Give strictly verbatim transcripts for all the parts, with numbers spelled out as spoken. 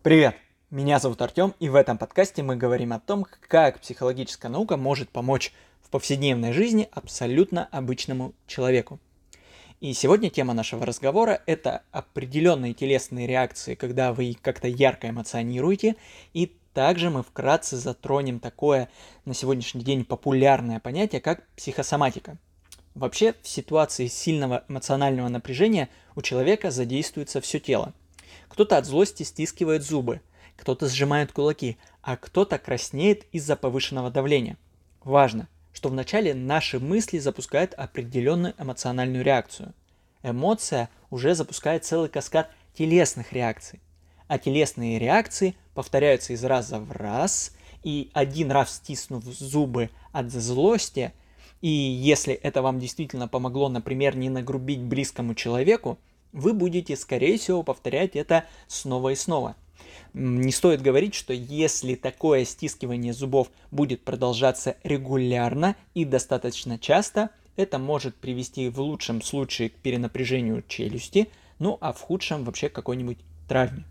Привет! Меня зовут Артем, и в этом подкасте мы говорим о том, как психологическая наука может помочь в повседневной жизни абсолютно обычному человеку. И сегодня тема нашего разговора – это определенные телесные реакции, когда вы как-то ярко эмоционируете, и также мы вкратце затронем такое на сегодняшний день популярное понятие, как психосоматика. Вообще, в ситуации сильного эмоционального напряжения у человека задействуется все тело. Кто-то от злости стискивает зубы, кто-то сжимает кулаки, а кто-то краснеет из-за повышенного давления. Важно, что вначале наши мысли запускают определенную эмоциональную реакцию. Эмоция уже запускает целый каскад телесных реакций. А телесные реакции повторяются из раза в раз, и один раз стиснув зубы от злости, и если это вам действительно помогло, например, не нагрубить близкому человеку, вы будете, скорее всего, повторять это снова и снова. Не стоит говорить, что если такое стискивание зубов будет продолжаться регулярно и достаточно часто, это может привести в лучшем случае к перенапряжению челюсти, ну а в худшем вообще к какой-нибудь травме.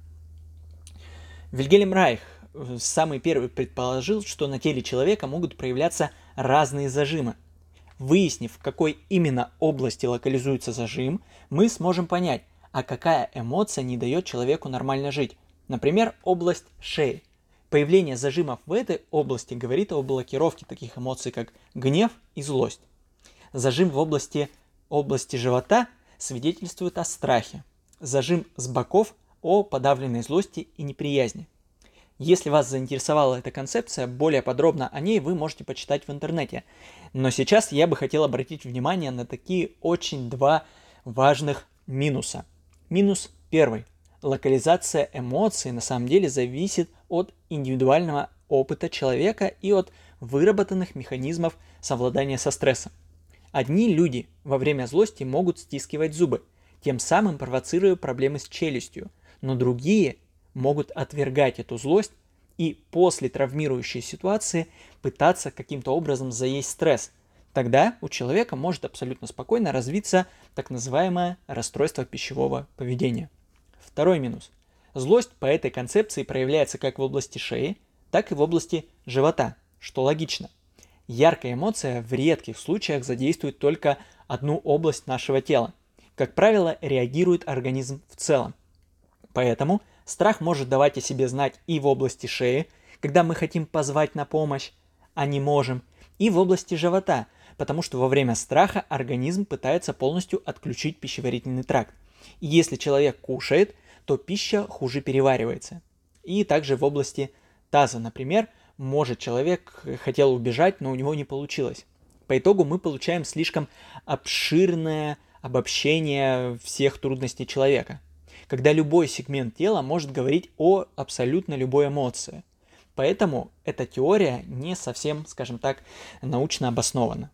Вильгельм Райх самый первый предположил, что на теле человека могут проявляться разные зажимы. Выяснив, в какой именно области локализуется зажим, мы сможем понять, а какая эмоция не дает человеку нормально жить. Например, область шеи. Появление зажимов в этой области говорит о блокировке таких эмоций, как гнев и злость. Зажим в области, области живота свидетельствует о страхе. Зажим с боков о подавленной злости и неприязни. Если вас заинтересовала эта концепция, более подробно о ней вы можете почитать в интернете. Но сейчас я бы хотел обратить внимание на такие очень два важных минуса. Минус первый. Локализация эмоций на самом деле зависит от индивидуального опыта человека и от выработанных механизмов совладания со стрессом. Одни люди во время злости могут стискивать зубы, тем самым провоцируя проблемы с челюстью, но другие могут отвергать эту злость и после травмирующей ситуации пытаться каким-то образом заесть стресс. Тогда у человека может абсолютно спокойно развиться так называемое расстройство пищевого поведения. Второй минус. Злость по этой концепции проявляется как в области шеи, так и в области живота, что логично. Яркая эмоция в редких случаях задействует только одну область нашего тела. Как правило, реагирует организм в целом. Поэтому страх может давать о себе знать и в области шеи, когда мы хотим позвать на помощь, а не можем, и в области живота, потому что во время страха организм пытается полностью отключить пищеварительный тракт. И если человек кушает, то пища хуже переваривается. И также в области таза, например, может человек хотел убежать, но у него не получилось. По итогу мы получаем слишком обширное обобщение всех трудностей человека, когда любой сегмент тела может говорить о абсолютно любой эмоции. Поэтому эта теория не совсем, скажем так, научно обоснована.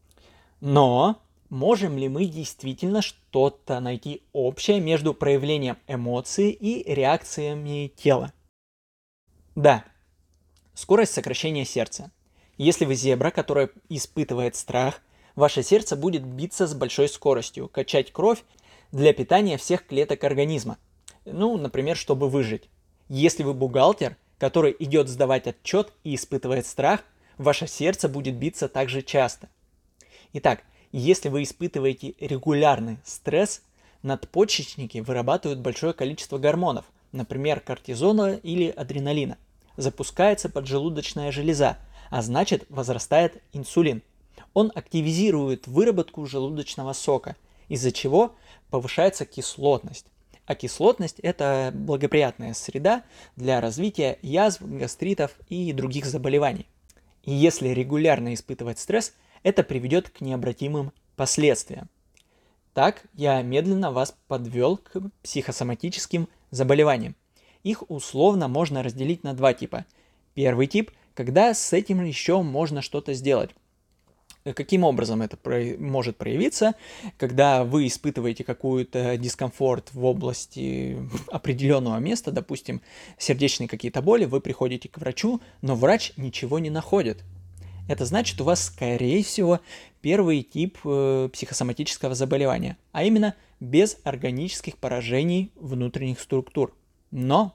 Но можем ли мы действительно что-то найти общее между проявлением эмоций и реакциями тела? Да. Скорость сокращения сердца. Если вы зебра, которая испытывает страх, ваше сердце будет биться с большой скоростью, качать кровь для питания всех клеток организма. Ну, например, чтобы выжить. Если вы бухгалтер, который идет сдавать отчет и испытывает страх, ваше сердце будет биться так же часто. Итак, если вы испытываете регулярный стресс, надпочечники вырабатывают большое количество гормонов, например, кортизола или адреналина. Запускается поджелудочная железа, а значит возрастает инсулин. Он активизирует выработку желудочного сока, из-за чего повышается кислотность. А кислотность – это благоприятная среда для развития язв, гастритов и других заболеваний. И если регулярно испытывать стресс, это приведет к необратимым последствиям. Так я медленно вас подвел к психосоматическим заболеваниям. Их условно можно разделить на два типа. Первый тип, когда с этим еще можно что-то сделать. Каким образом это про- может проявиться, когда вы испытываете какой-то дискомфорт в области определенного места, допустим, сердечные какие-то боли, вы приходите к врачу, но врач ничего не находит. Это значит, у вас, скорее всего, первый тип э, психосоматического заболевания, а именно без органических поражений внутренних структур. Но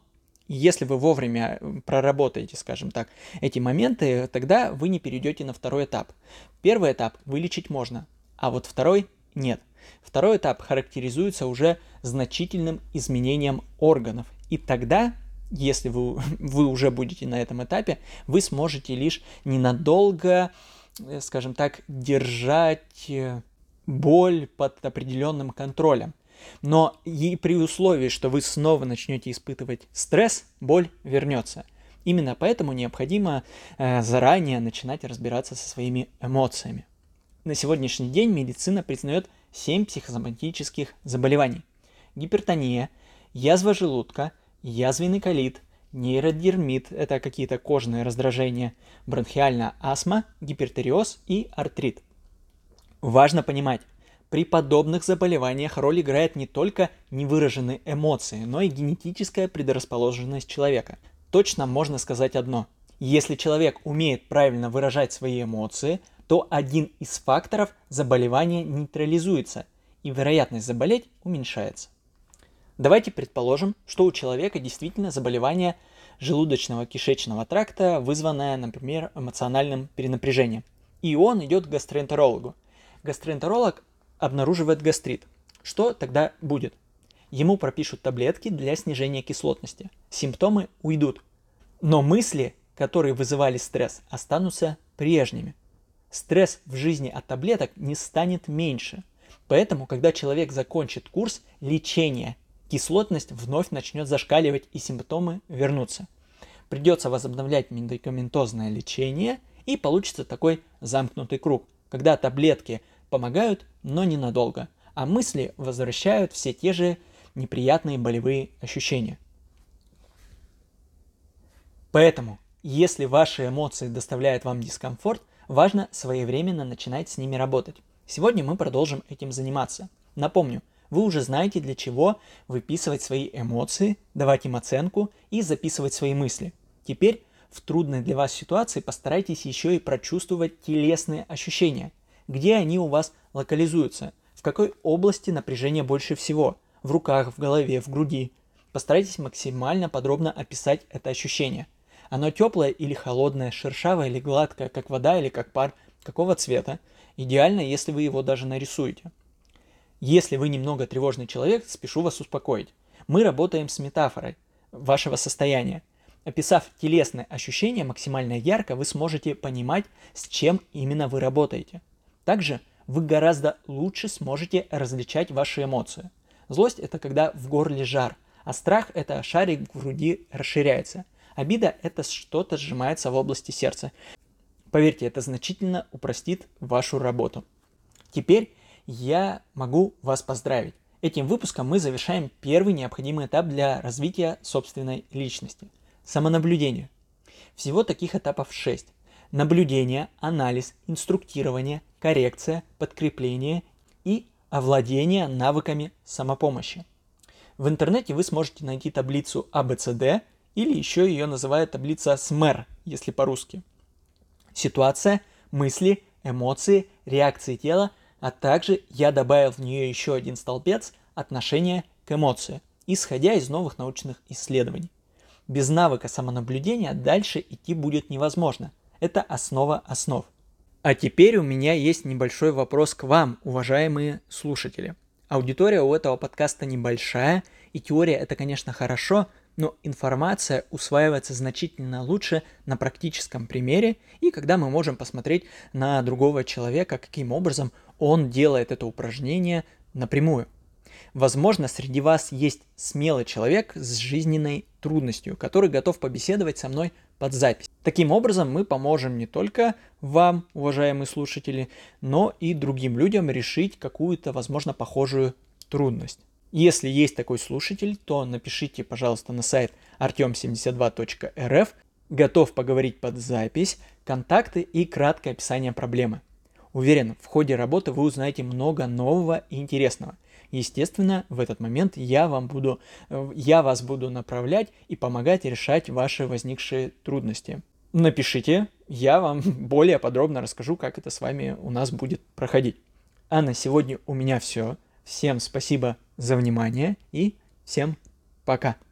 И если вы вовремя проработаете, скажем так, эти моменты, тогда вы не перейдете на второй этап. Первый этап вылечить можно, а вот второй нет. Второй этап характеризуется уже значительным изменением органов. И тогда, если вы, вы уже будете на этом этапе, вы сможете лишь ненадолго, скажем так, держать боль под определенным контролем. Но и при условии, что вы снова начнете испытывать стресс, боль вернется. Именно поэтому необходимо э, заранее начинать разбираться со своими эмоциями. На сегодняшний день медицина признает семь психосоматических заболеваний. Гипертония, язва желудка, язвенный колит, нейродермит – это какие-то кожные раздражения, бронхиальная астма, гипертиреоз и артрит. Важно понимать, при подобных заболеваниях роль играет не только невыраженные эмоции, но и генетическая предрасположенность человека. Точно можно сказать одно. Если человек умеет правильно выражать свои эмоции, то один из факторов заболевания нейтрализуется, и вероятность заболеть уменьшается. Давайте предположим, что у человека действительно заболевание желудочно-кишечного тракта, вызванное, например, эмоциональным перенапряжением, и он идет к гастроэнтерологу. Гастроэнтеролог обнаруживает гастрит. Что тогда будет? Ему пропишут таблетки для снижения кислотности. Симптомы уйдут. Но мысли, которые вызывали стресс, останутся прежними. Стресс в жизни от таблеток не станет меньше. Поэтому, когда человек закончит курс лечения, кислотность вновь начнет зашкаливать и симптомы вернутся. Придется возобновлять медикаментозное лечение, и получится такой замкнутый круг, когда таблетки помогают, но ненадолго, а мысли возвращают все те же неприятные болевые ощущения. Поэтому, если ваши эмоции доставляют вам дискомфорт, важно своевременно начинать с ними работать. Сегодня мы продолжим этим заниматься. Напомню, вы уже знаете, для чего выписывать свои эмоции, давать им оценку и записывать свои мысли. Теперь в трудной для вас ситуации постарайтесь еще и прочувствовать телесные ощущения. Где они у вас локализуются? В какой области напряжения больше всего? В руках, в голове, в груди? Постарайтесь максимально подробно описать это ощущение. Оно теплое или холодное, шершавое или гладкое, как вода или как пар, какого цвета? Идеально, если вы его даже нарисуете. Если вы немного тревожный человек, спешу вас успокоить. Мы работаем с метафорой вашего состояния. Описав телесные ощущения максимально ярко, вы сможете понимать, с чем именно вы работаете. Также вы гораздо лучше сможете различать ваши эмоции. Злость – это когда в горле жар, а страх – это шарик в груди расширяется. Обида – это что-то сжимается в области сердца. Поверьте, это значительно упростит вашу работу. Теперь я могу вас поздравить. Этим выпуском мы завершаем первый необходимый этап для развития собственной личности – самонаблюдение. Всего таких этапов шесть. Наблюдение, анализ, инструктирование, коррекция, подкрепление и овладение навыками самопомощи. В интернете вы сможете найти таблицу А Б Ц Д, или еще ее называют таблица С М Э Р, если по-русски. Ситуация, мысли, эмоции, реакции тела, а также я добавил в нее еще один столбец – отношение к эмоции, исходя из новых научных исследований. Без навыка самонаблюдения дальше идти будет невозможно. Это основа основ. А теперь у меня есть небольшой вопрос к вам, уважаемые слушатели. Аудитория у этого подкаста небольшая, и теория это, конечно, хорошо, но информация усваивается значительно лучше на практическом примере, и когда мы можем посмотреть на другого человека, каким образом он делает это упражнение напрямую. Возможно, среди вас есть смелый человек с жизненной трудностью, который готов побеседовать со мной под запись. Таким образом, мы поможем не только вам, уважаемые слушатели, но и другим людям решить какую-то, возможно, похожую трудность. Если есть такой слушатель, то напишите, пожалуйста, на сайт артем семьдесят два точка эр эф. Готов поговорить под запись, контакты и краткое описание проблемы. Уверен, в ходе работы вы узнаете много нового и интересного. Естественно, в этот момент я, вам буду, я вас буду направлять и помогать решать ваши возникшие трудности. Напишите, я вам более подробно расскажу, как это с вами у нас будет проходить. А на сегодня у меня все. Всем спасибо за внимание и всем пока.